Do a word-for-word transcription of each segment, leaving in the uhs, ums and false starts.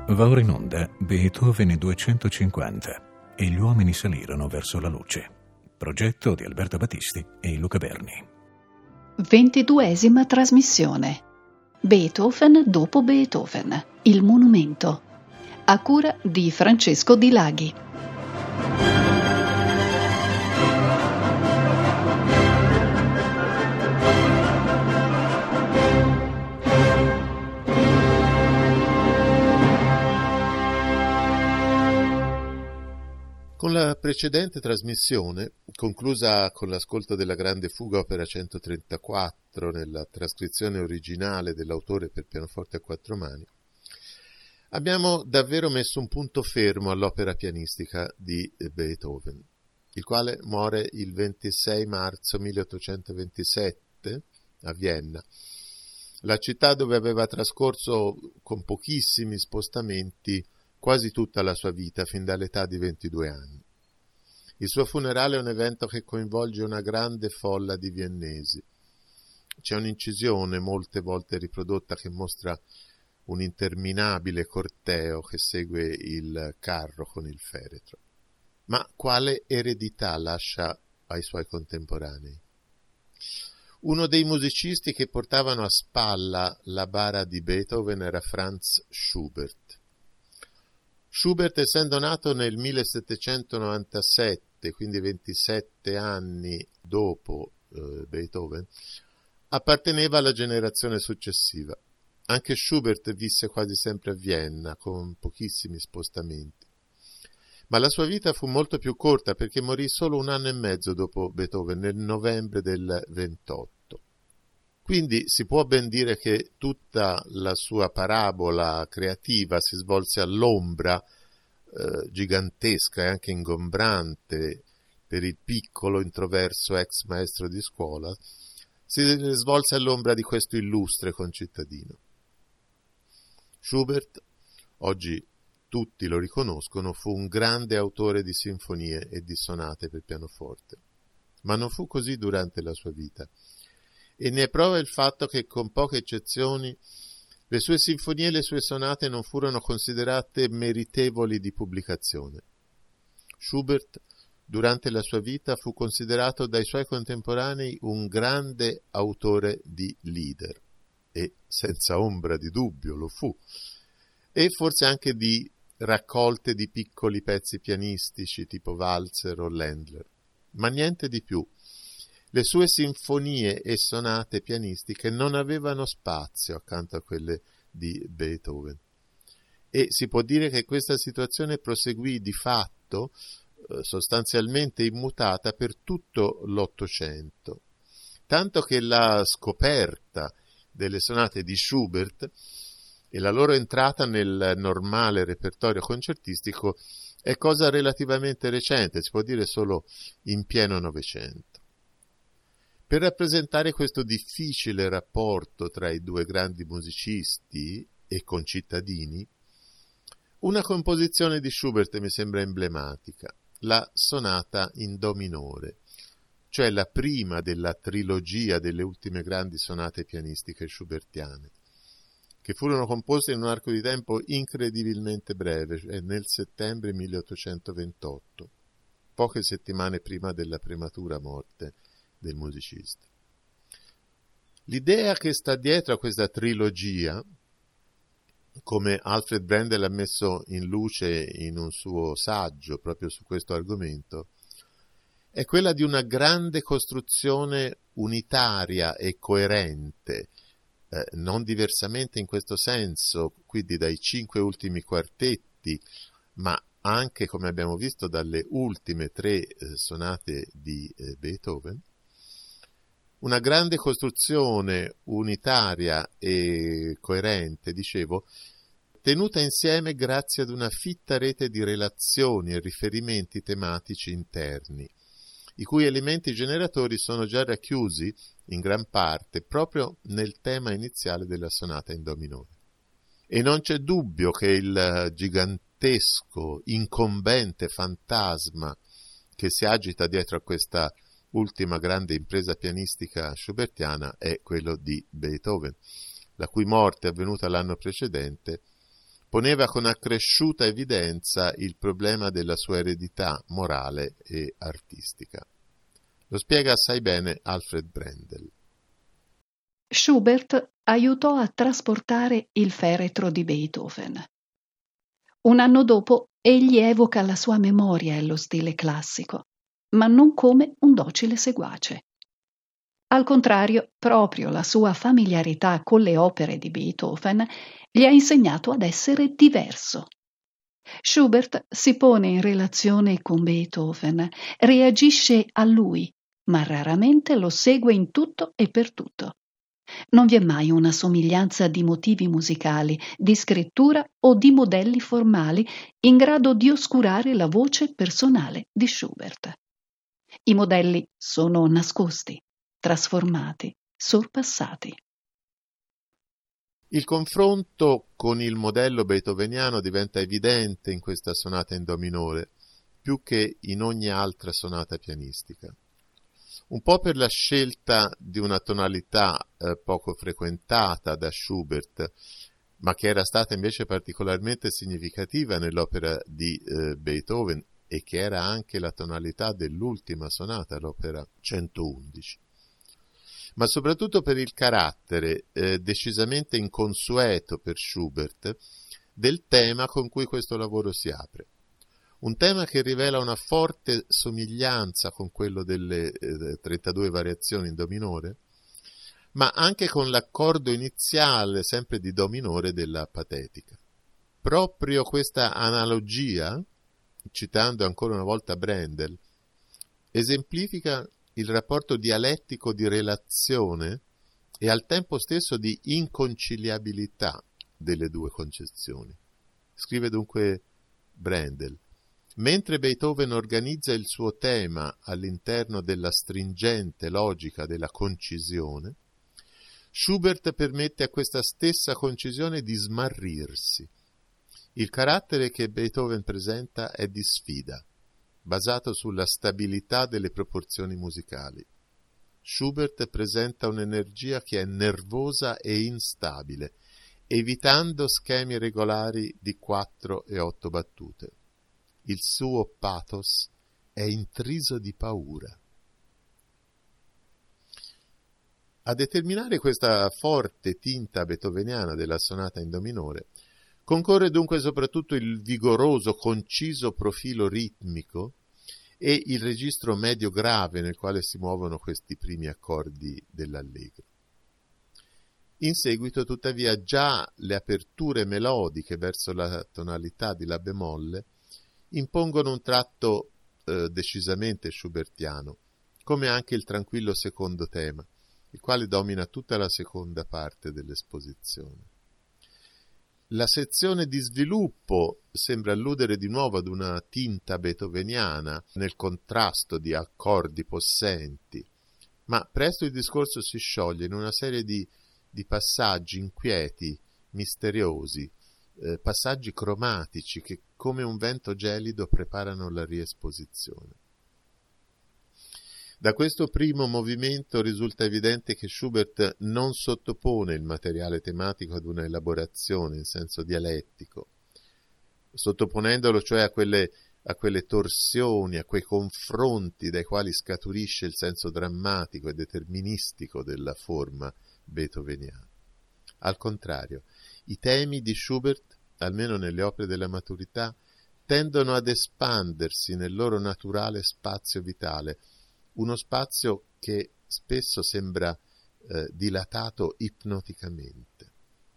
Va ora in onda Beethoven duecentocinquanta e gli uomini salirono verso la luce. Progetto di Alberto Battisti e Luca Berni. Ventiduesima trasmissione. Beethoven dopo Beethoven, il monumento. A cura di Francesco Di Laghi. Con la precedente trasmissione, conclusa con l'ascolto della Grande Fuga opera centotrentaquattro nella trascrizione originale dell'autore per pianoforte a quattro mani, abbiamo davvero messo un punto fermo all'opera pianistica di Beethoven, il quale muore il ventisei marzo milleottocentoventisette a Vienna, la città dove aveva trascorso con pochissimi spostamenti quasi tutta la sua vita, fin dall'età di ventidue anni. Il suo funerale è un evento che coinvolge una grande folla di viennesi. C'è un'incisione molte volte riprodotta che mostra un interminabile corteo che segue il carro con il feretro. Ma quale eredità lascia ai suoi contemporanei? Uno dei musicisti che portavano a spalla la bara di Beethoven era Franz Schubert. Schubert, essendo nato nel millesettecentonovantasette, quindi ventisette anni dopo eh, Beethoven, apparteneva alla generazione successiva. Anche Schubert visse quasi sempre a Vienna, con pochissimi spostamenti. Ma la sua vita fu molto più corta perché morì solo un anno e mezzo dopo Beethoven, nel novembre del ventotto. Quindi si può ben dire che tutta la sua parabola creativa si svolse all'ombra eh, gigantesca e anche ingombrante per il piccolo introverso ex maestro di scuola, si svolse all'ombra di questo illustre concittadino. Schubert, oggi tutti lo riconoscono, fu un grande autore di sinfonie e di sonate per pianoforte, ma non fu così durante la sua vita. E ne è prova il fatto che, con poche eccezioni, le sue sinfonie e le sue sonate non furono considerate meritevoli di pubblicazione. Schubert, durante la sua vita, fu considerato dai suoi contemporanei un grande autore di lieder, e senza ombra di dubbio lo fu, e forse anche di raccolte di piccoli pezzi pianistici tipo Walzer o Ländler, ma niente di più. Le sue sinfonie e sonate pianistiche non avevano spazio accanto a quelle di Beethoven. E si può dire che questa situazione proseguì di fatto eh, sostanzialmente immutata per tutto l'Ottocento, tanto che la scoperta delle sonate di Schubert e la loro entrata nel normale repertorio concertistico è cosa relativamente recente, si può dire solo in pieno Novecento. Per rappresentare questo difficile rapporto tra i due grandi musicisti e concittadini, una composizione di Schubert mi sembra emblematica, la sonata in do minore, cioè la prima della trilogia delle ultime grandi sonate pianistiche schubertiane, che furono composte in un arco di tempo incredibilmente breve, cioè nel settembre milleottocentoventotto, poche settimane prima della prematura morte del musicista. L'idea che sta dietro a questa trilogia, come Alfred Brendel ha messo in luce in un suo saggio proprio su questo argomento, è quella di una grande costruzione unitaria e coerente, eh, non diversamente in questo senso, quindi dai cinque ultimi quartetti, ma anche, come abbiamo visto, dalle ultime tre eh, sonate di eh, Beethoven, una grande costruzione unitaria e coerente, dicevo, tenuta insieme grazie ad una fitta rete di relazioni e riferimenti tematici interni, i cui elementi generatori sono già racchiusi, in gran parte, proprio nel tema iniziale della sonata in do minore. E non c'è dubbio che il gigantesco, incombente fantasma che si agita dietro a questa ultima grande impresa pianistica schubertiana è quello di Beethoven, la cui morte, avvenuta l'anno precedente, poneva con accresciuta evidenza il problema della sua eredità morale e artistica. Lo spiega assai bene Alfred Brendel. Schubert aiutò a trasportare il feretro di Beethoven. Un anno dopo egli evoca la sua memoria e lo stile classico, ma non come un docile seguace. Al contrario, proprio la sua familiarità con le opere di Beethoven gli ha insegnato ad essere diverso. Schubert si pone in relazione con Beethoven, reagisce a lui, ma raramente lo segue in tutto e per tutto. Non vi è mai una somiglianza di motivi musicali, di scrittura o di modelli formali in grado di oscurare la voce personale di Schubert. I modelli sono nascosti, trasformati, sorpassati. Il confronto con il modello beethoveniano diventa evidente in questa sonata in do minore, più che in ogni altra sonata pianistica. Un po' per la scelta di una tonalità eh, poco frequentata da Schubert, ma che era stata invece particolarmente significativa nell'opera di eh, Beethoven e che era anche la tonalità dell'ultima sonata, l'opera centoundici. Ma soprattutto per il carattere eh, decisamente inconsueto per Schubert del tema con cui questo lavoro si apre. Un tema che rivela una forte somiglianza con quello delle eh, trentadue variazioni in do minore, ma anche con l'accordo iniziale, sempre di do minore, della patetica. Proprio questa analogia, citando ancora una volta Brendel, esemplifica il rapporto dialettico di relazione e al tempo stesso di inconciliabilità delle due concezioni. Scrive dunque Brendel: mentre Beethoven organizza il suo tema all'interno della stringente logica della concisione, Schubert permette a questa stessa concisione di smarrirsi. Il carattere che Beethoven presenta è di sfida, basato sulla stabilità delle proporzioni musicali. Schubert presenta un'energia che è nervosa e instabile, evitando schemi regolari di quattro e otto battute. Il suo pathos è intriso di paura. A determinare questa forte tinta beethoveniana della sonata in do minore concorre dunque soprattutto il vigoroso, conciso profilo ritmico e il registro medio grave nel quale si muovono questi primi accordi dell'allegro. In seguito, tuttavia, già le aperture melodiche verso la tonalità di La bemolle impongono un tratto eh, decisamente schubertiano, come anche il tranquillo secondo tema, il quale domina tutta la seconda parte dell'esposizione. La sezione di sviluppo sembra alludere di nuovo ad una tinta beethoveniana nel contrasto di accordi possenti, ma presto il discorso si scioglie in una serie di, di passaggi inquieti, misteriosi, eh, passaggi cromatici che come un vento gelido preparano la riesposizione. Da questo primo movimento risulta evidente che Schubert non sottopone il materiale tematico ad una elaborazione in senso dialettico, sottoponendolo cioè a quelle, a quelle torsioni, a quei confronti dai quali scaturisce il senso drammatico e deterministico della forma beethoveniana. Al contrario, i temi di Schubert, almeno nelle opere della maturità, tendono ad espandersi nel loro naturale spazio vitale, uno spazio che spesso sembra eh, dilatato ipnoticamente.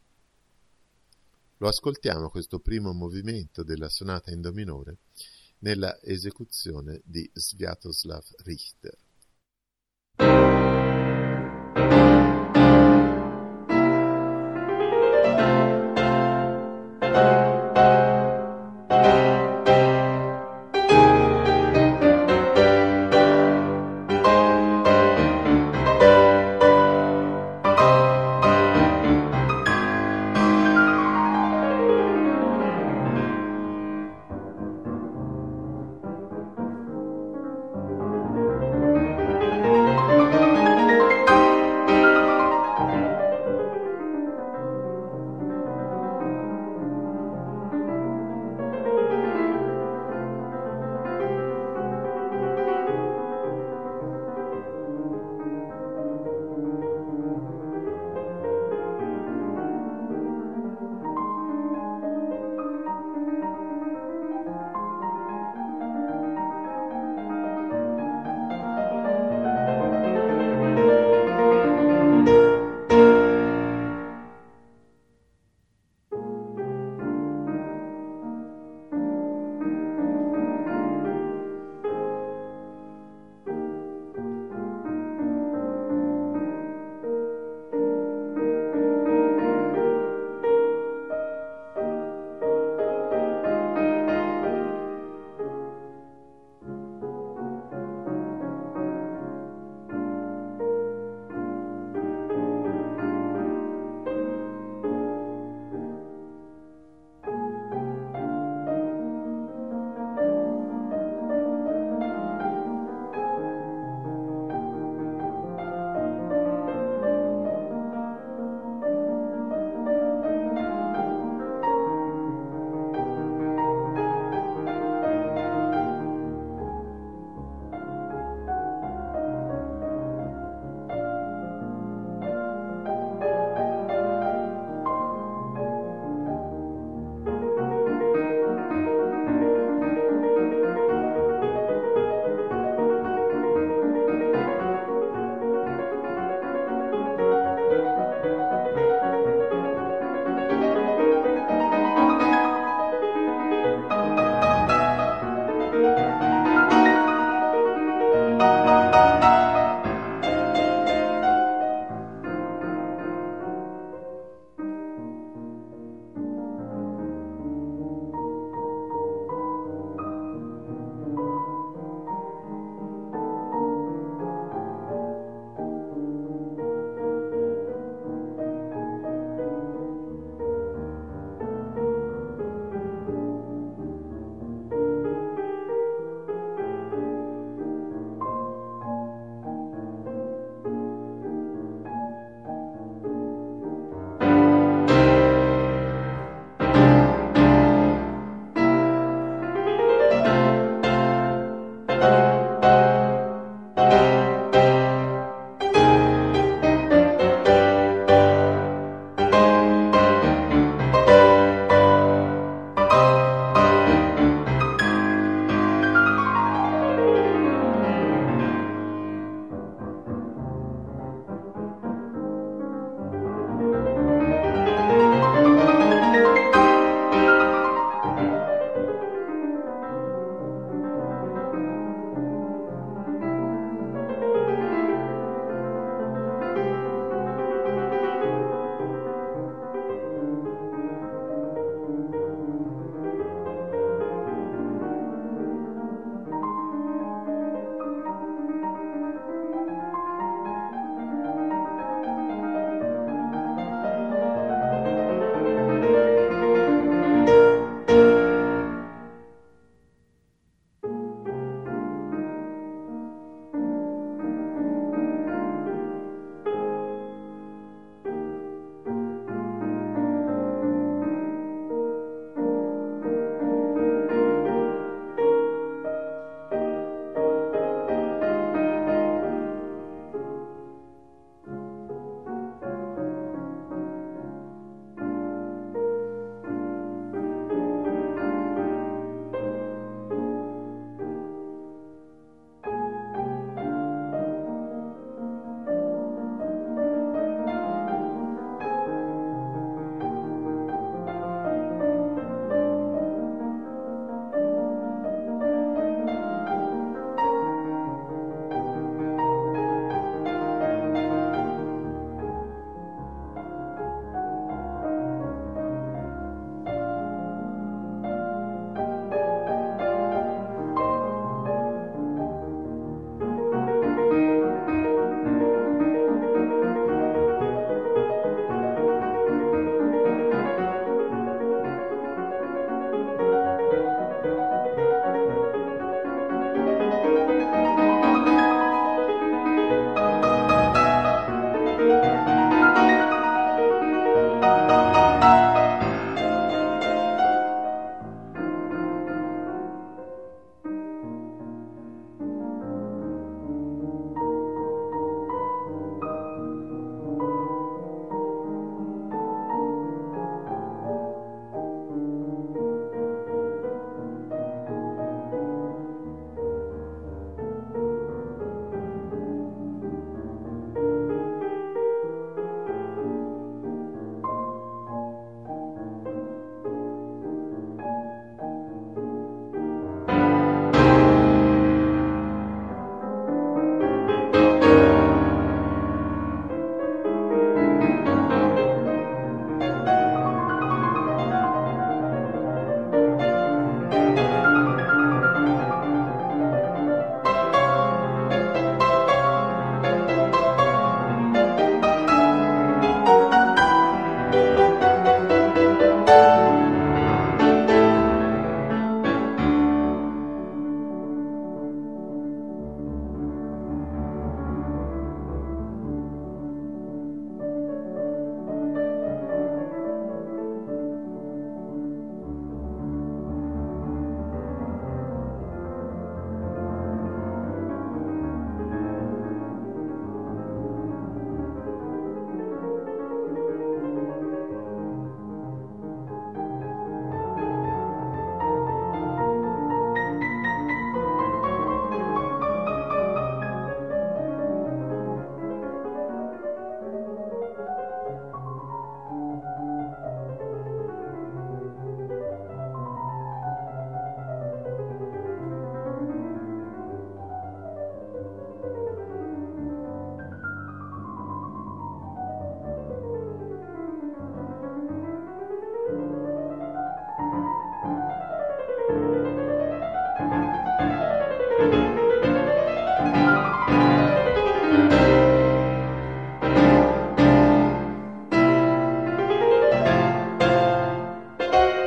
Lo ascoltiamo questo primo movimento della sonata in do minore nella esecuzione di Sviatoslav Richter.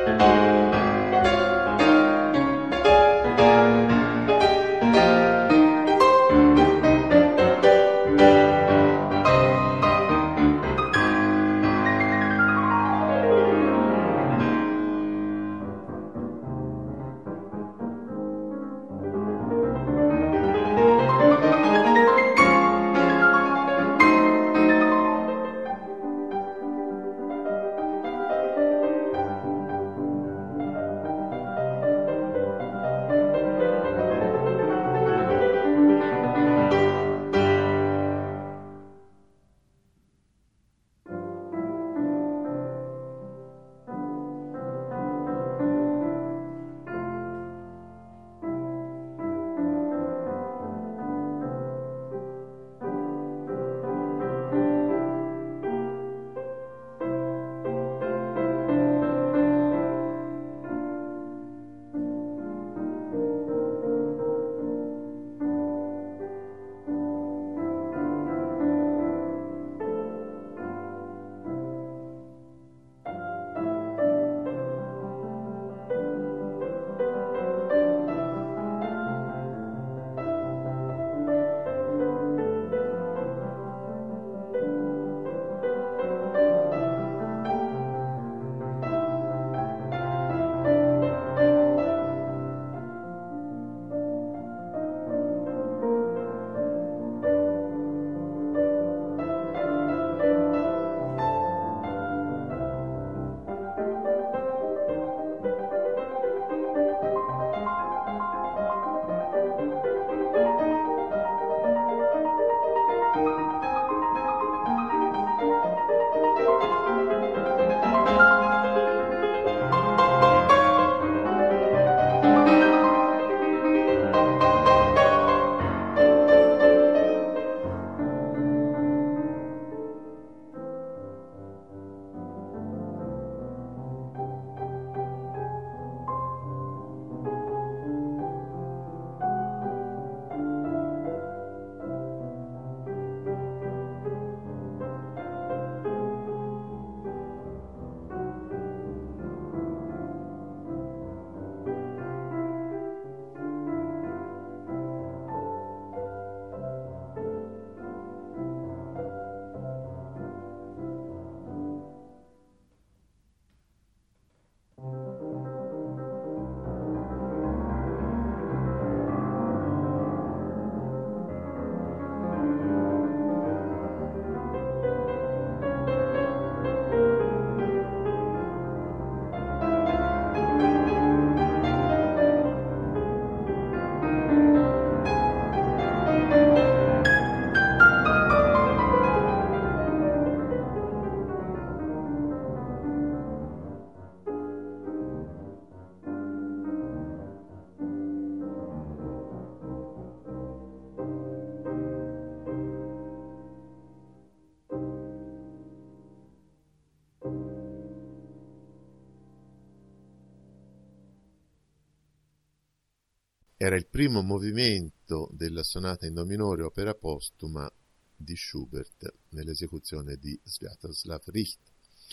Era il primo movimento della sonata in do minore, opera postuma di Schubert, nell'esecuzione di Sviatoslav Richter.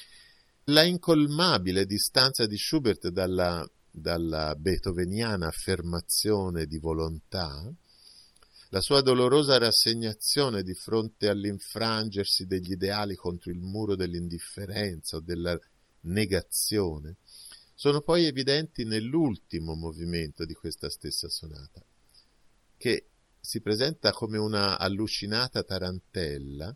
La incolmabile distanza di Schubert dalla, dalla beethoveniana affermazione di volontà, la sua dolorosa rassegnazione di fronte all'infrangersi degli ideali contro il muro dell'indifferenza o della negazione, sono poi evidenti nell'ultimo movimento di questa stessa sonata, che si presenta come una allucinata tarantella,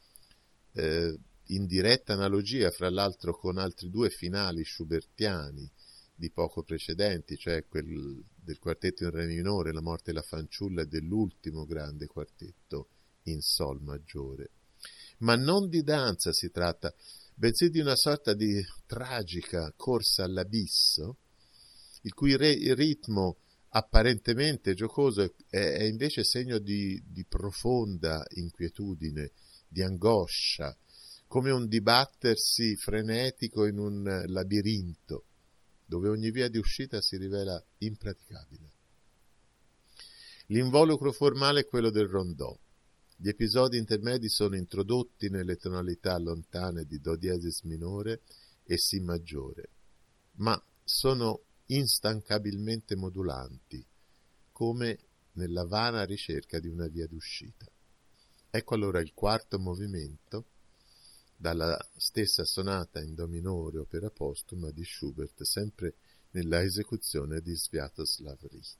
eh, in diretta analogia fra l'altro con altri due finali schubertiani di poco precedenti, cioè quel del quartetto in re minore, La morte e la fanciulla, e dell'ultimo grande quartetto in sol maggiore. Ma non di danza si tratta, bensì di una sorta di tragica corsa all'abisso, il cui re- il ritmo apparentemente giocoso è, è invece segno di, di profonda inquietudine, di angoscia, come un dibattersi frenetico in un labirinto, dove ogni via di uscita si rivela impraticabile. L'involucro formale è quello del rondò. Gli episodi intermedi sono introdotti nelle tonalità lontane di do diesis minore e si maggiore. ma sono instancabilmente modulanti, come nella vana ricerca di una via d'uscita. Ecco allora il quarto movimento, dalla stessa sonata in do minore opera postuma di Schubert, sempre nella esecuzione di Sviatoslav Richter.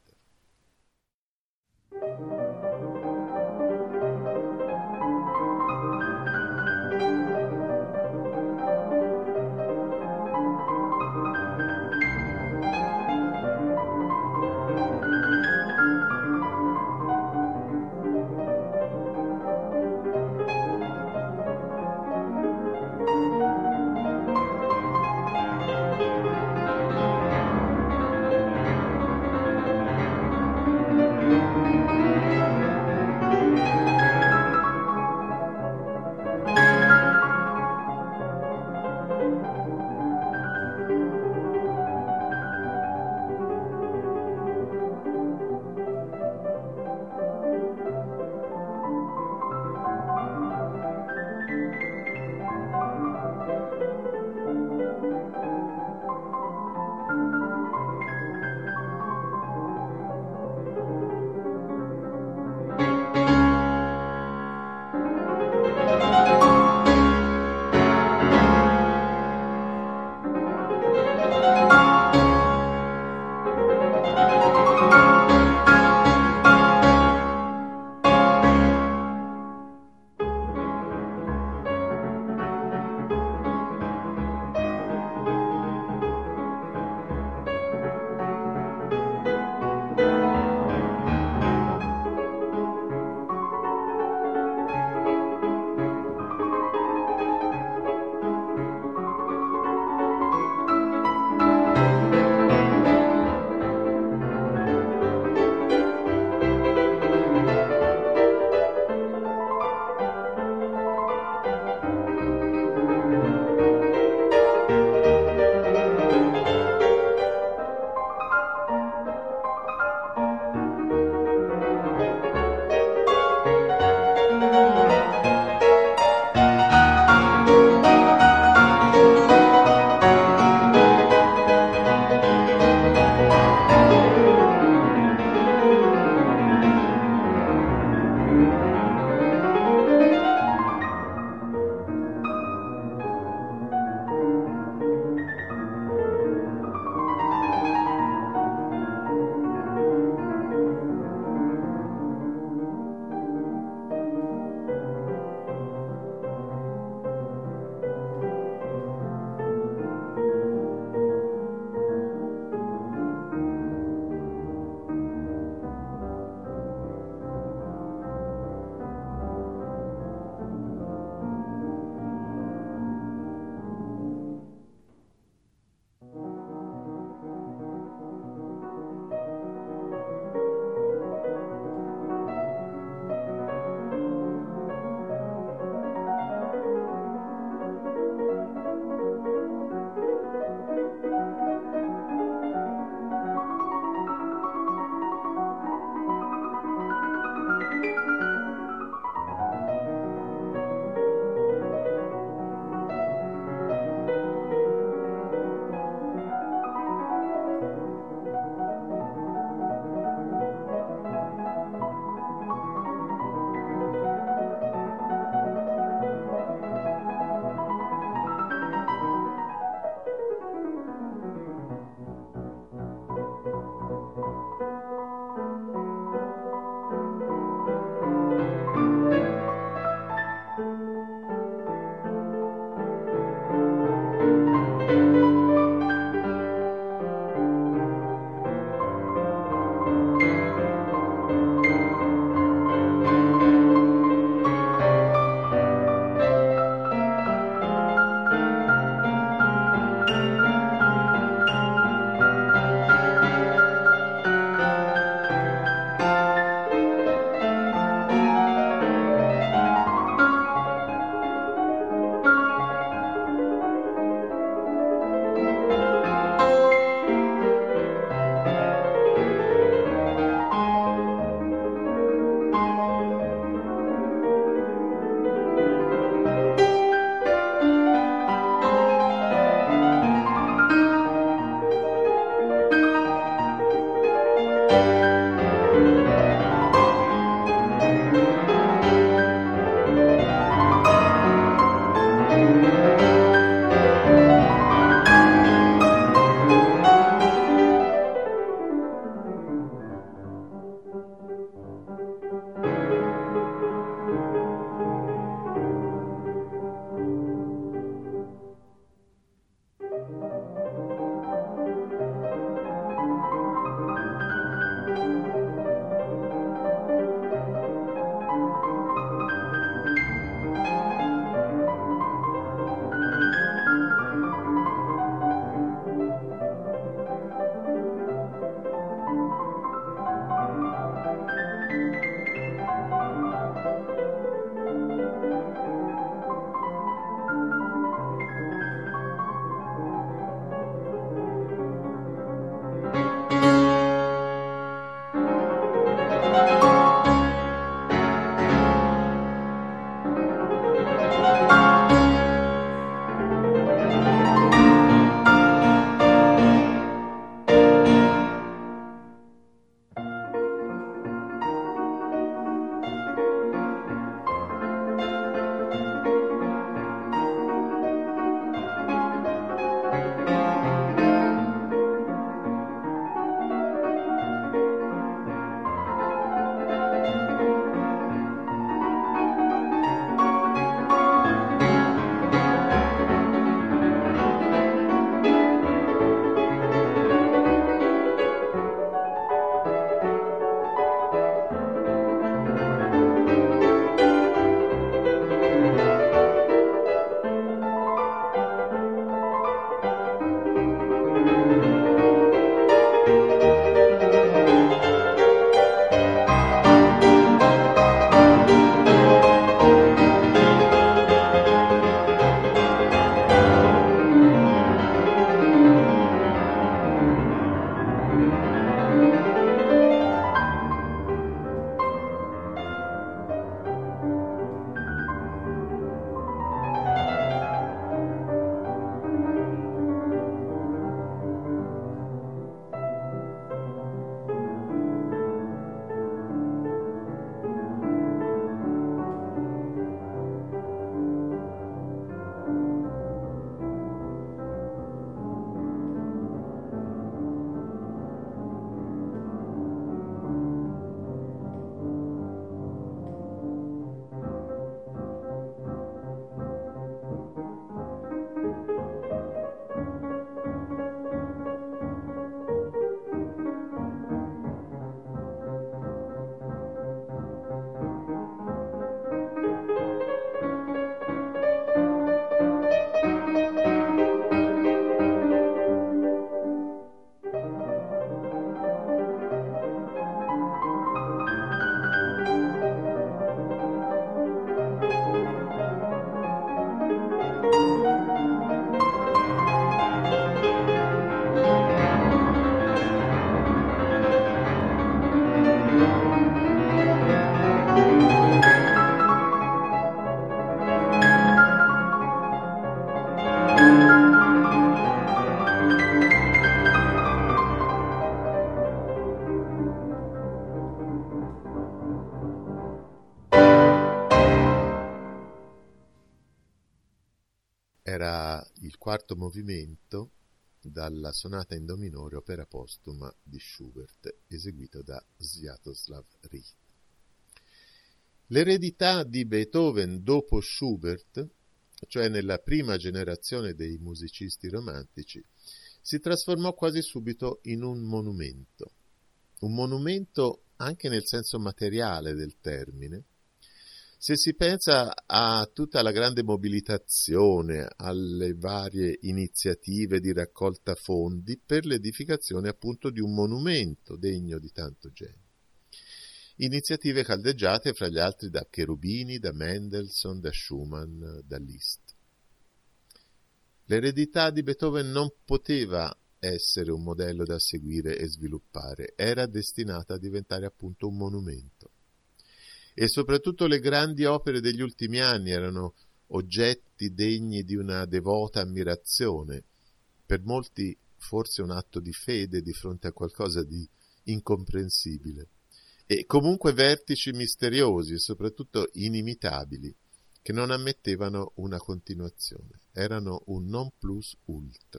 il quarto movimento dalla sonata in do minore, opera postuma di Schubert, eseguito da Sviatoslav Richter. L'eredità di Beethoven dopo Schubert, cioè nella prima generazione dei musicisti romantici, si trasformò quasi subito in un monumento. Un monumento anche nel senso materiale del termine. Se si pensa a tutta la grande mobilitazione, alle varie iniziative di raccolta fondi per l'edificazione appunto di un monumento degno di tanto genio. Iniziative caldeggiate fra gli altri da Cherubini, da Mendelssohn, da Schumann, da Liszt. L'eredità di Beethoven non poteva essere un modello da seguire e sviluppare, era destinata a diventare appunto un monumento. E soprattutto le grandi opere degli ultimi anni erano oggetti degni di una devota ammirazione, per molti forse un atto di fede di fronte a qualcosa di incomprensibile, e comunque vertici misteriosi e soprattutto inimitabili, che non ammettevano una continuazione, erano un non plus ultra.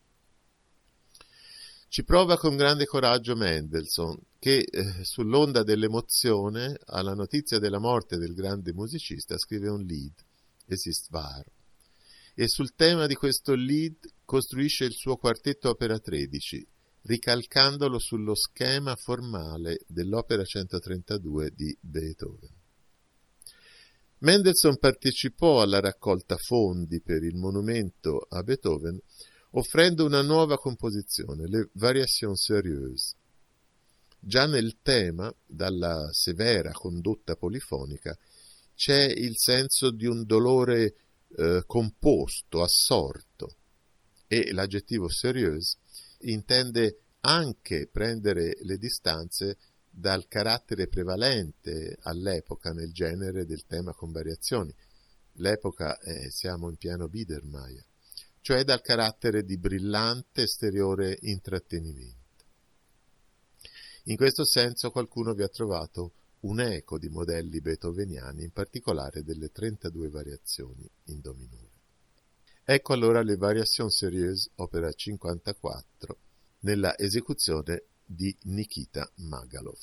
Ci prova con grande coraggio Mendelssohn, che eh, sull'onda dell'emozione, alla notizia della morte del grande musicista, scrive un Lied, Es ist wahr, e sul tema di questo Lied costruisce il suo quartetto opera tredici, ricalcandolo sullo schema formale dell'opera centotrentadue di Beethoven. Mendelssohn partecipò alla raccolta fondi per il monumento a Beethoven offrendo una nuova composizione, le Variations Sérieuses. Già nel tema, dalla severa condotta polifonica, c'è il senso di un dolore eh, composto, assorto, e l'aggettivo sérieuse intende anche prendere le distanze dal carattere prevalente all'epoca nel genere del tema con variazioni. L'epoca, eh, siamo in pieno Biedermeier, cioè dal carattere di brillante esteriore intrattenimento. In questo senso qualcuno vi ha trovato un eco di modelli beethoveniani, in particolare delle trentadue variazioni in do minore. Ecco allora le Variations Sérieuses, opera cinquantaquattro, nella esecuzione di Nikita Magalov.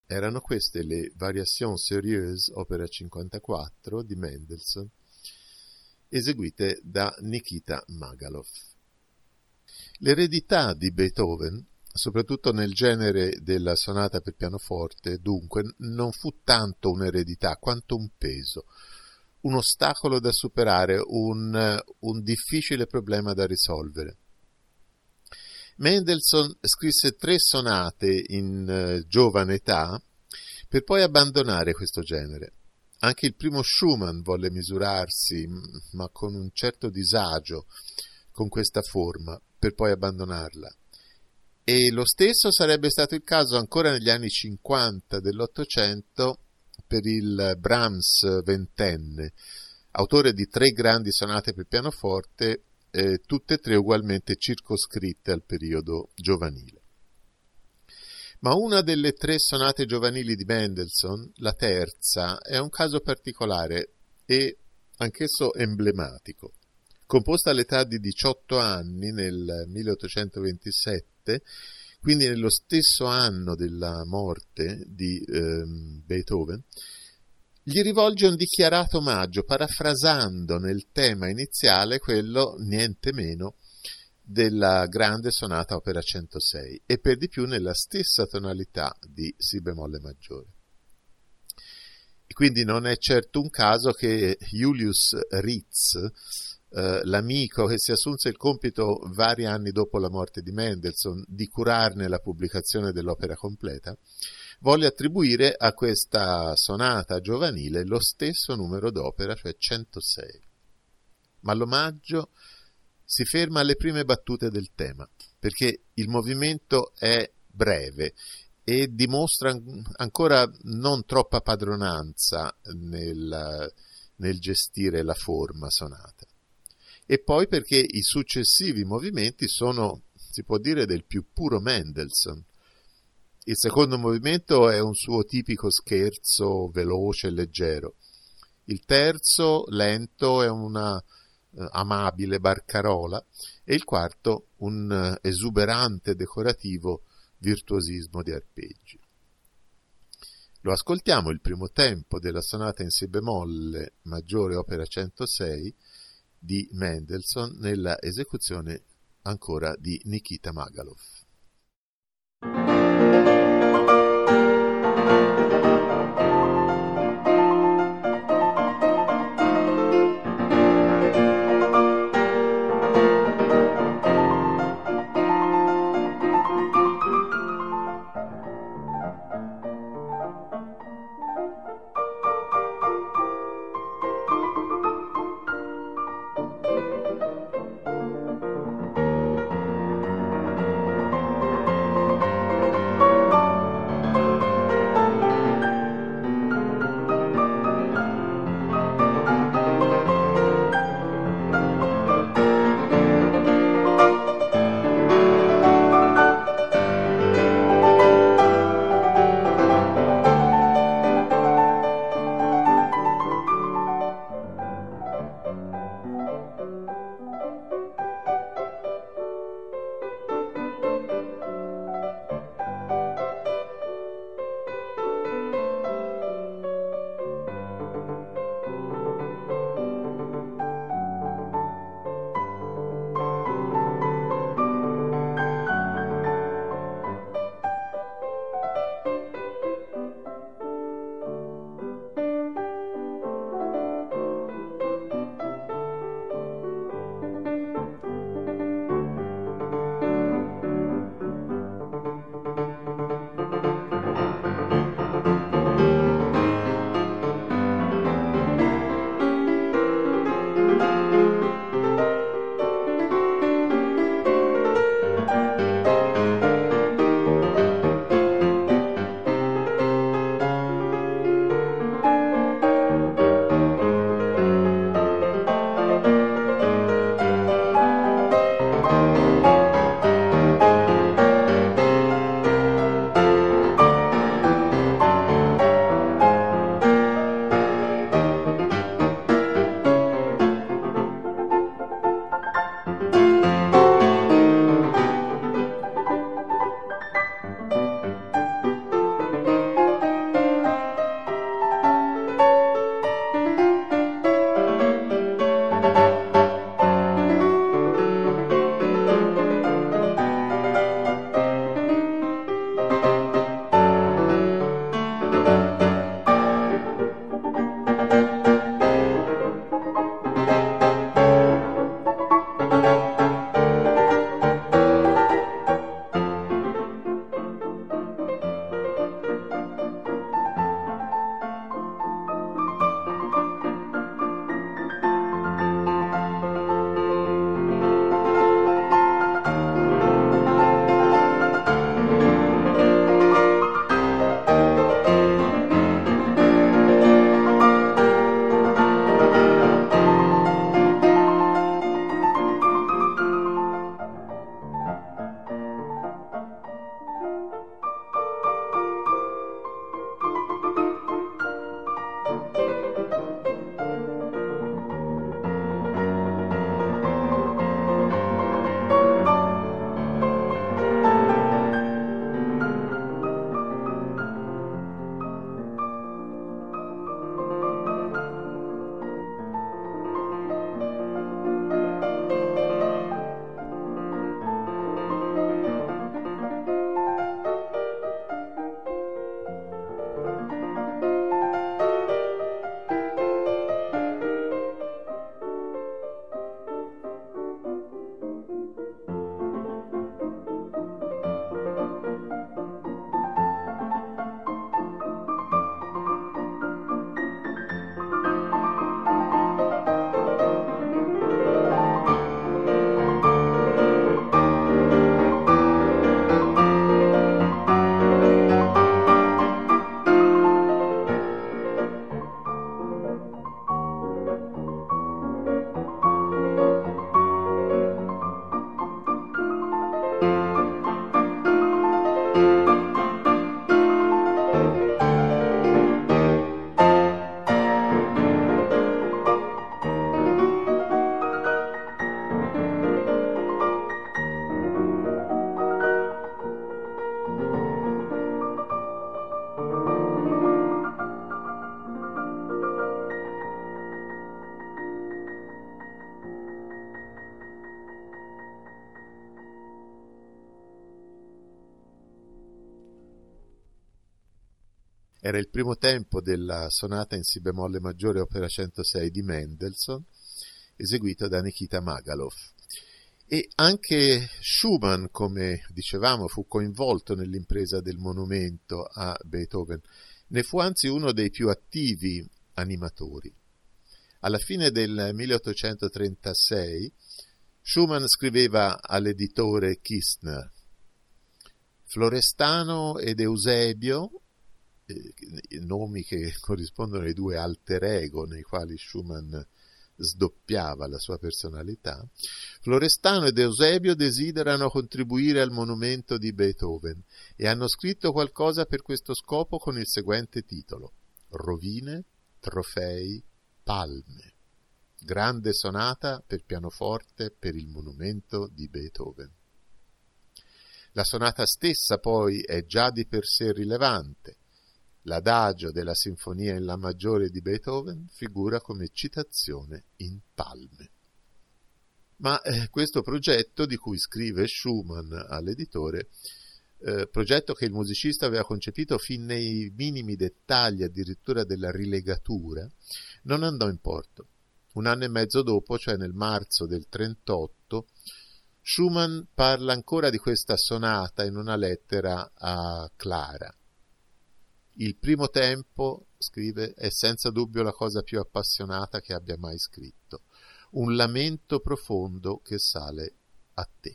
Erano queste le Variations Sérieuses, opera cinquantaquattro di Mendelssohn, eseguite da Nikita Magalov. L'eredità di Beethoven, soprattutto nel genere della sonata per pianoforte, dunque, non fu tanto un'eredità quanto un peso, un ostacolo da superare, un, un difficile problema da risolvere. Mendelssohn scrisse tre sonate in uh, giovane età per poi abbandonare questo genere. Anche il primo Schumann volle misurarsi, ma con un certo disagio, con questa forma, per poi abbandonarla. E lo stesso sarebbe stato il caso ancora negli anni cinquanta dell'Ottocento per il Brahms ventenne, autore di tre grandi sonate per pianoforte, eh, tutte e tre ugualmente circoscritte al periodo giovanile. Ma una delle tre sonate giovanili di Mendelssohn, la terza, è un caso particolare e anch'esso emblematico. Composta all'età di diciotto anni nel milleottocentoventisette, quindi nello stesso anno della morte di eh, Beethoven, gli rivolge un dichiarato omaggio, parafrasando nel tema iniziale quello niente meno della grande sonata opera centosei, e per di più nella stessa tonalità di Si bemolle maggiore. E quindi non è certo un caso che Julius Ritz, eh, l'amico che si assunse il compito vari anni dopo la morte di Mendelssohn di curarne la pubblicazione dell'opera completa, volle attribuire a questa sonata giovanile lo stesso numero d'opera, cioè centosei. Ma l'omaggio si ferma alle prime battute del tema, perché il movimento è breve e dimostra ancora non troppa padronanza nel, nel gestire la forma sonata. E poi perché i successivi movimenti sono, si può dire, del più puro Mendelssohn. Il secondo movimento è un suo tipico scherzo veloce e leggero. Il terzo, lento, è una eh, amabile barcarola, e il quarto un eh, esuberante decorativo virtuosismo di arpeggi. Lo ascoltiamo il primo tempo della sonata in si bemolle maggiore opera centosei di Mendelssohn nella esecuzione ancora di Nikita Magalov. Era il primo tempo della sonata in si bemolle maggiore opera centosei di Mendelssohn, eseguito da Nikita Magalov. E anche Schumann, come dicevamo, fu coinvolto nell'impresa del monumento a Beethoven. Ne fu anzi uno dei più attivi animatori. Alla fine del milleottocentotrentasei Schumann scriveva all'editore Kistner: Florestano ed Eusebio, nomi che corrispondono ai due alter ego nei quali Schumann sdoppiava la sua personalità, Florestano ed Eusebio desiderano contribuire al monumento di Beethoven e hanno scritto qualcosa per questo scopo con il seguente titolo: Rovine, trofei, palme. Grande sonata per pianoforte per il monumento di Beethoven. La sonata stessa poi è già di per sé rilevante. L'adagio della sinfonia in La maggiore di Beethoven figura come citazione in palme. Ma eh, questo progetto di cui scrive Schumann all'editore, eh, progetto che il musicista aveva concepito fin nei minimi dettagli addirittura della rilegatura, non andò in porto. Un anno e mezzo dopo, cioè nel marzo del trentotto, Schumann parla ancora di questa sonata in una lettera a Clara. Il primo tempo, scrive, è senza dubbio la cosa più appassionata che abbia mai scritto. Un lamento profondo che sale a te.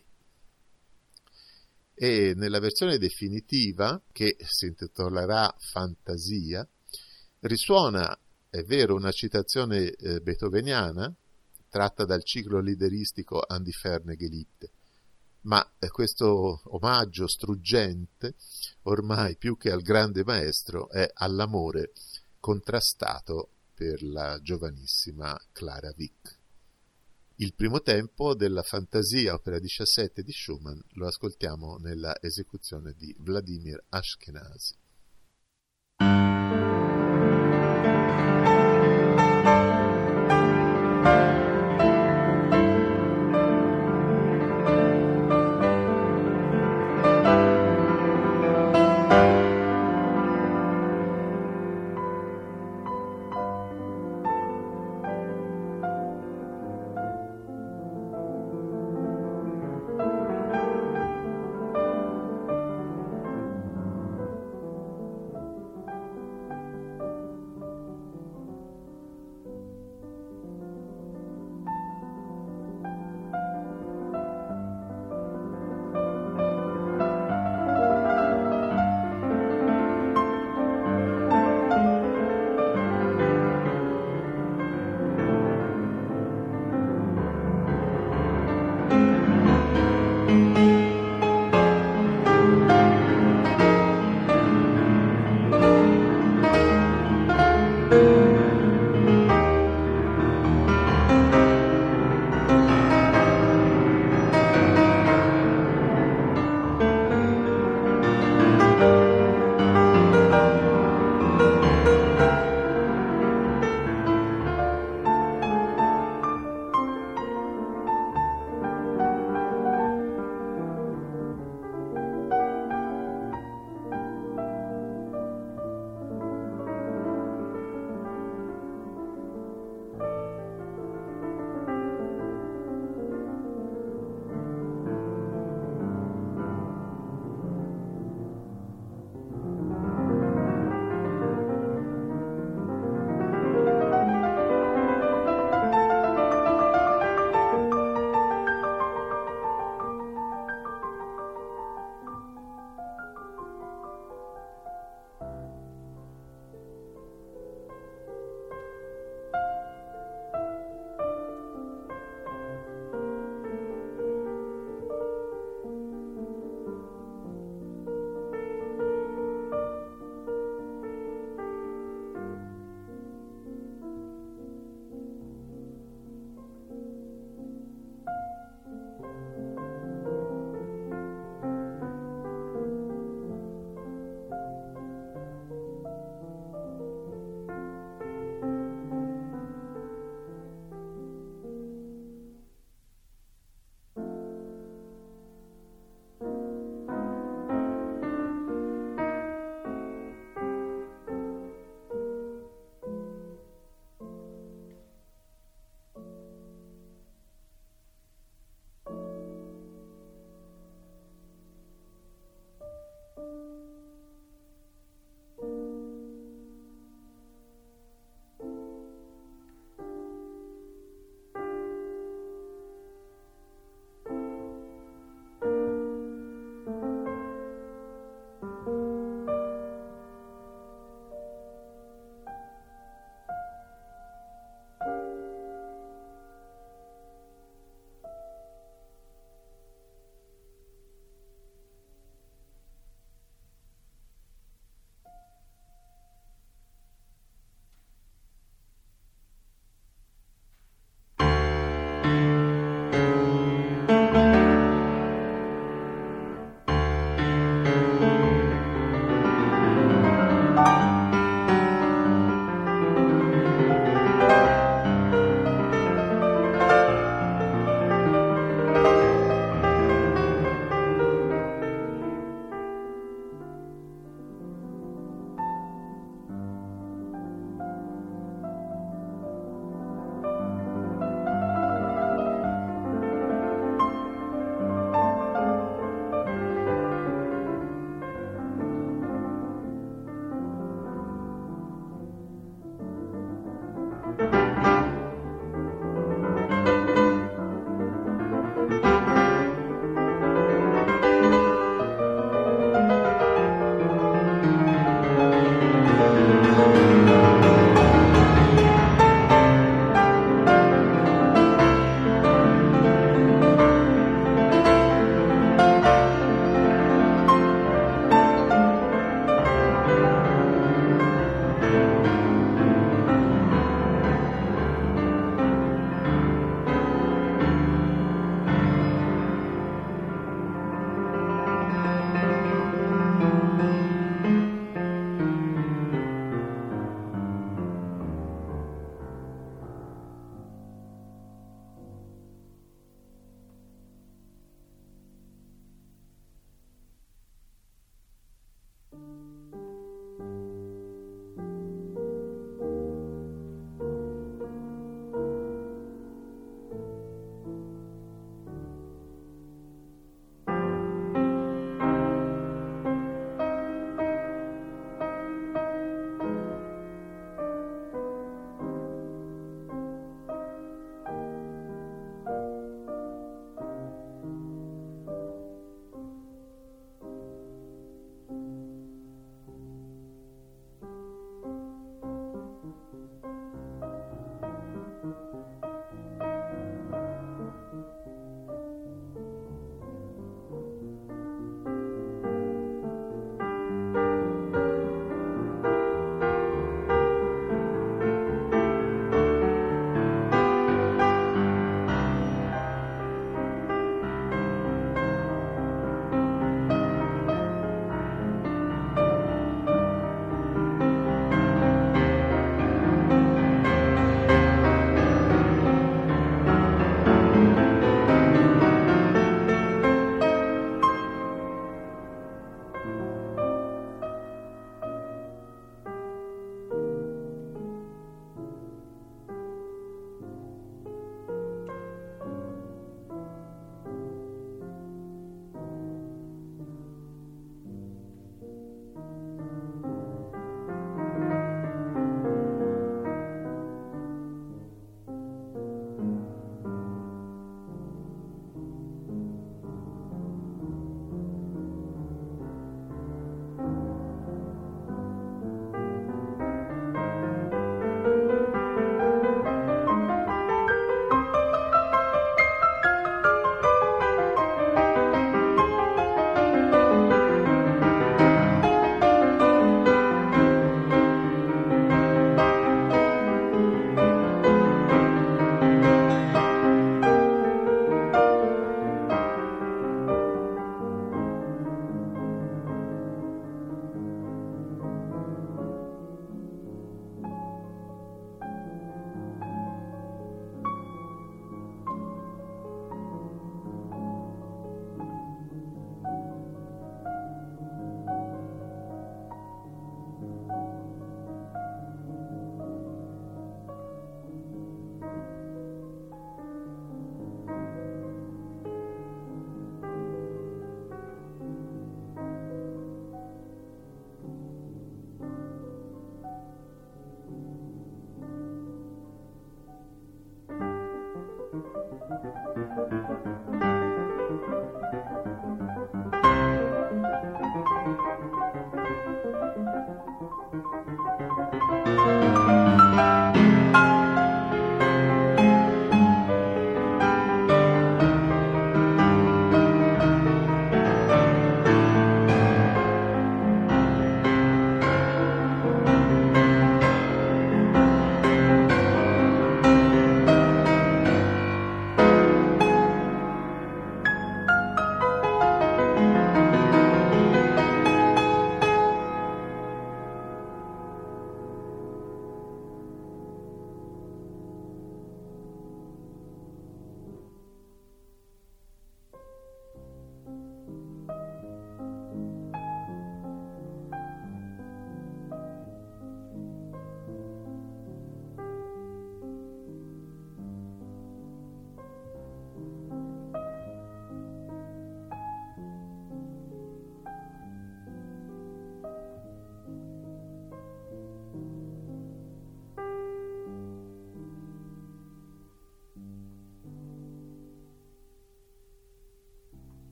E nella versione definitiva, che si intitolerà Fantasia, risuona, è vero, una citazione eh, beethoveniana, tratta dal ciclo lideristico An die ferne Geliebte, ma eh, questo omaggio struggente, ormai più che al grande maestro, è all'amore contrastato per la giovanissima Clara Wieck. Il primo tempo della Fantasia, opera diciassette di Schumann, lo ascoltiamo nella esecuzione di Vladimir Ashkenazy.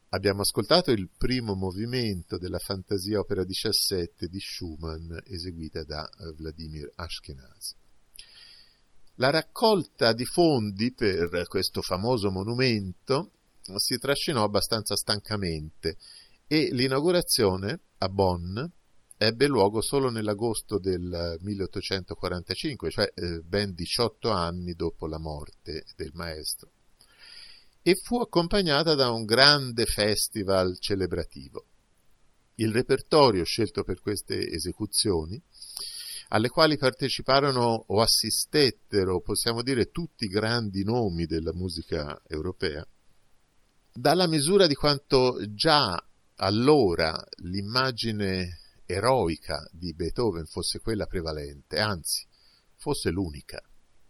Abbiamo ascoltato il primo movimento della Fantasia opera diciassette di Schumann, eseguita da Vladimir Ashkenazy. La raccolta di fondi per questo famoso monumento si trascinò abbastanza stancamente e l'inaugurazione a Bonn ebbe luogo solo nell'agosto del milleottocentoquarantacinque, cioè eh, ben diciotto anni dopo la morte del maestro, e fu accompagnata da un grande festival celebrativo. Il repertorio scelto per queste esecuzioni, alle quali parteciparono o assistettero, possiamo dire, tutti i grandi nomi della musica europea, dà la misura di quanto già allora l'immagine eroica di Beethoven fosse quella prevalente, anzi, fosse l'unica.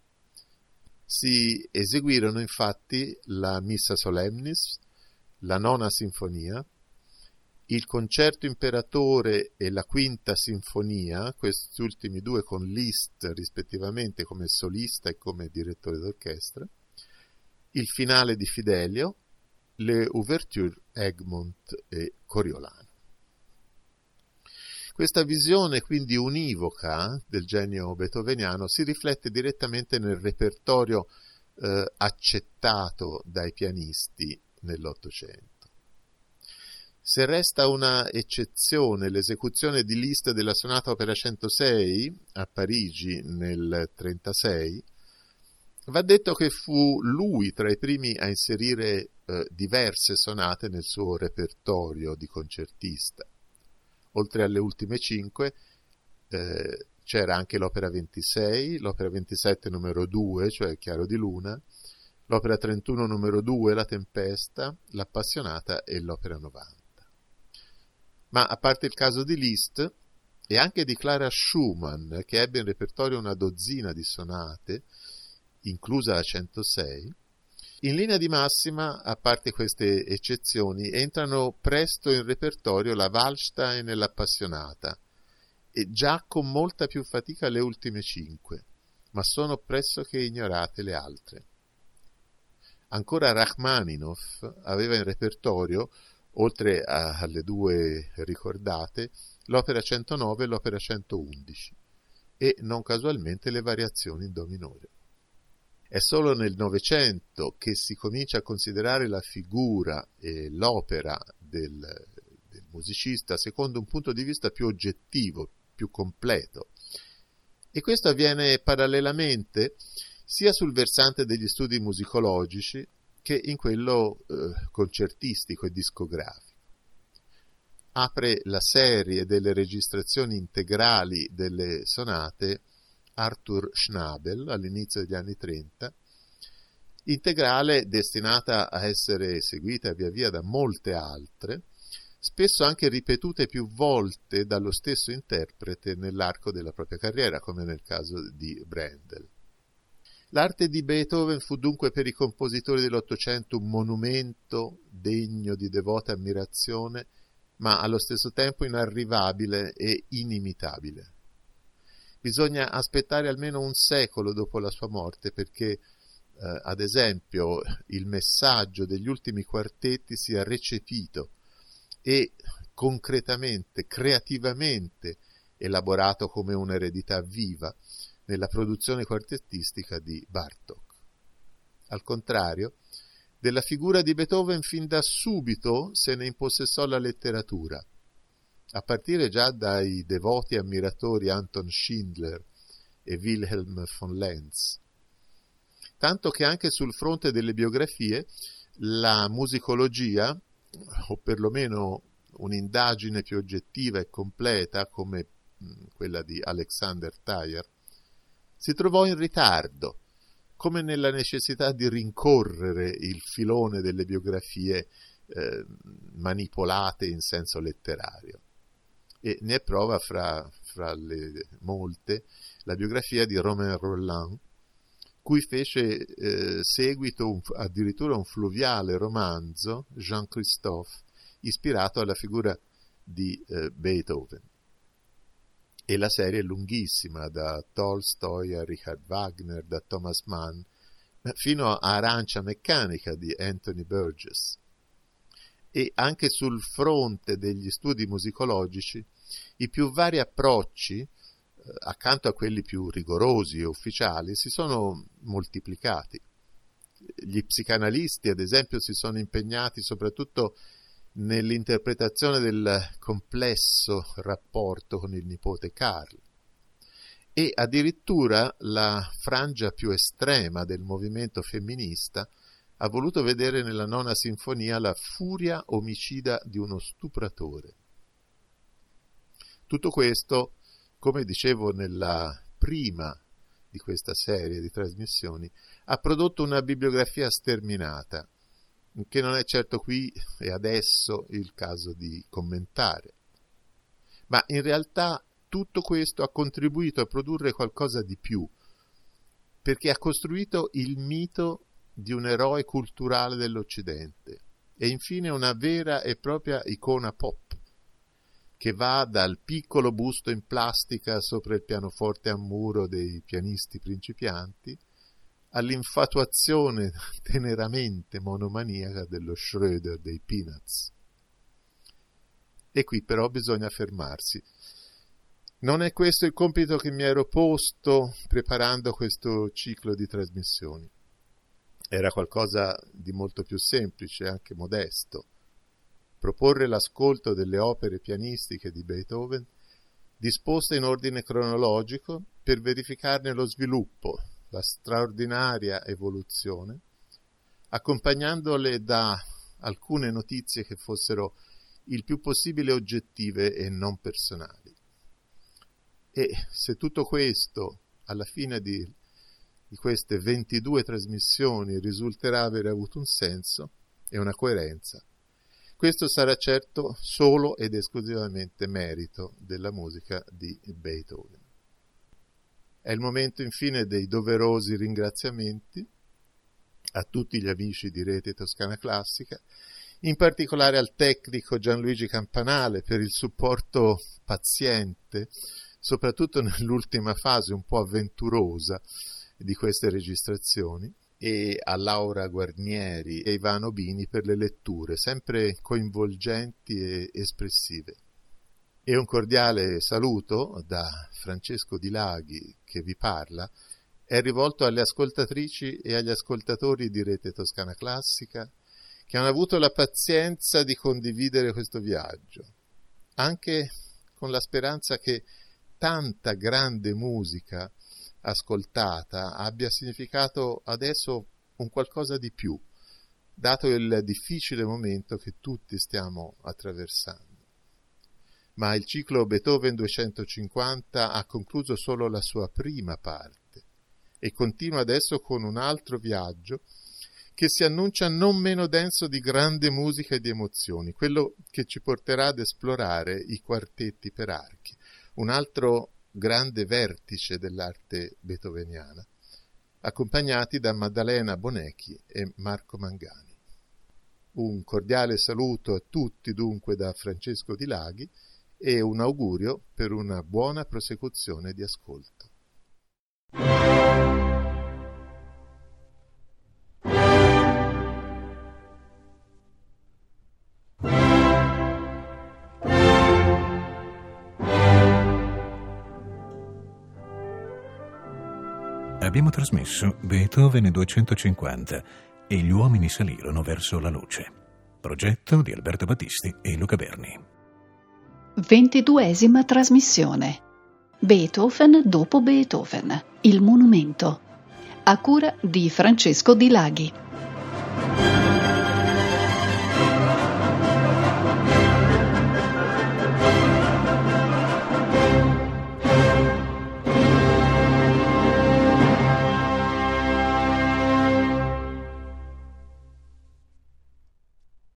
Si eseguirono infatti la Missa Solemnis, la Nona Sinfonia, il Concerto Imperatore e la Quinta Sinfonia, questi ultimi due con Liszt rispettivamente come solista e come direttore d'orchestra, il finale di Fidelio, le Ouverture Egmont e Coriolano. Questa visione quindi univoca del genio beethoveniano si riflette direttamente nel repertorio eh, accettato dai pianisti nell'Ottocento. Se resta una eccezione l'esecuzione di Liszt della sonata opera centosei a Parigi nel trentasei, va detto che fu lui tra i primi a inserire eh, diverse sonate nel suo repertorio di concertista. Oltre alle ultime cinque eh, c'era anche l'opera ventisei, l'opera ventisette numero due, cioè Chiaro di Luna, l'opera trentuno numero due, La Tempesta, l'Appassionata e l'opera novanta. Ma a parte il caso di Liszt e anche di Clara Schumann, che ebbe in repertorio una dozzina di sonate, inclusa la centosei, in linea di massima, a parte queste eccezioni, entrano presto in repertorio la Waldstein e l'Appassionata, e già con molta più fatica le ultime cinque, ma sono pressoché ignorate le altre. Ancora Rachmaninoff aveva in repertorio, oltre a, alle due ricordate, l'opera centonove e l'opera centoundici, e non casualmente le variazioni in do minore. È solo nel Novecento che si comincia a considerare la figura e l'opera del, del musicista secondo un punto di vista più oggettivo, più completo. E questo avviene parallelamente sia sul versante degli studi musicologici che in quello eh, concertistico e discografico. Apre la serie delle registrazioni integrali delle sonate Arthur Schnabel all'inizio degli anni trenta, integrale destinata a essere eseguita via via da molte altre, spesso anche ripetute più volte dallo stesso interprete nell'arco della propria carriera, come nel caso di Brendel. L'arte di Beethoven fu dunque per i compositori dell'Ottocento un monumento degno di devota ammirazione, ma allo stesso tempo inarrivabile e inimitabile. Bisogna aspettare almeno un secolo dopo la sua morte perché, eh, ad esempio, il messaggio degli ultimi quartetti sia recepito e concretamente, creativamente elaborato come un'eredità viva nella produzione quartettistica di Bartók. Al contrario, della figura di Beethoven fin da subito se ne impossessò la letteratura, a partire già dai devoti ammiratori Anton Schindler e Wilhelm von Lenz, tanto che anche sul fronte delle biografie la musicologia, o perlomeno un'indagine più oggettiva e completa come quella di Alexander Thayer, si trovò in ritardo, come nella necessità di rincorrere il filone delle biografie eh, manipolate in senso letterario. E ne è prova fra, fra le molte la biografia di Romain Rolland, cui fece eh, seguito un, addirittura un fluviale romanzo, Jean Christophe, ispirato alla figura di eh, Beethoven. E la serie è lunghissima, da Tolstoi a Richard Wagner, da Thomas Mann, fino a Arancia meccanica di Anthony Burgess. E anche sul fronte degli studi musicologici, i più vari approcci, eh, accanto a quelli più rigorosi e ufficiali, si sono moltiplicati. Gli psicanalisti, ad esempio, si sono impegnati soprattutto nell'interpretazione del complesso rapporto con il nipote Carl, e addirittura la frangia più estrema del movimento femminista ha voluto vedere nella nona sinfonia la furia omicida di uno stupratore. Tutto questo, come dicevo nella prima di questa serie di trasmissioni, ha prodotto una bibliografia sterminata, che non è certo qui e adesso il caso di commentare. Ma in realtà tutto questo ha contribuito a produrre qualcosa di più, perché ha costruito il mito di un eroe culturale dell'Occidente e infine una vera e propria icona pop, che va dal piccolo busto in plastica sopra il pianoforte a muro dei pianisti principianti all'infatuazione teneramente monomaniaca dello Schröder dei Peanuts. E qui però bisogna fermarsi. Non è questo il compito che mi ero posto preparando questo ciclo di trasmissioni. Era qualcosa di molto più semplice, anche modesto. Proporre l'ascolto delle opere pianistiche di Beethoven disposte in ordine cronologico per verificarne lo sviluppo, la straordinaria evoluzione, accompagnandole da alcune notizie che fossero il più possibile oggettive e non personali. E se tutto questo, alla fine di, di queste ventidue trasmissioni, risulterà avere avuto un senso e una coerenza, questo sarà certo solo ed esclusivamente merito della musica di Beethoven. È il momento infine dei doverosi ringraziamenti a tutti gli amici di Rete Toscana Classica, in particolare al tecnico Gianluigi Campanale per il supporto paziente, soprattutto nell'ultima fase un po' avventurosa di queste registrazioni, e a Laura Guarnieri e Ivano Bini per le letture, sempre coinvolgenti e espressive. E un cordiale saluto da Francesco Di Laghi, che vi parla, è rivolto alle ascoltatrici e agli ascoltatori di Rete Toscana Classica, che hanno avuto la pazienza di condividere questo viaggio, anche con la speranza che tanta grande musica ascoltata abbia significato adesso un qualcosa di più, dato il difficile momento che tutti stiamo attraversando. Ma il ciclo Beethoven duecentocinquanta ha concluso solo la sua prima parte e continua adesso con un altro viaggio che si annuncia non meno denso di grande musica e di emozioni, quello che ci porterà ad esplorare i quartetti per archi, un altro grande vertice dell'arte beethoveniana, accompagnati da Maddalena Bonecchi e Marco Mangani. Un cordiale saluto a tutti dunque da Francesco Di Laghi e un augurio per una buona prosecuzione di ascolto. Abbiamo trasmesso Beethoven duecentocinquanta e gli uomini salirono verso la luce. Progetto di Alberto Battisti e Luca Berni. Ventiduesima trasmissione. Beethoven dopo Beethoven. Il monumento. A cura di Francesco Di Laghi.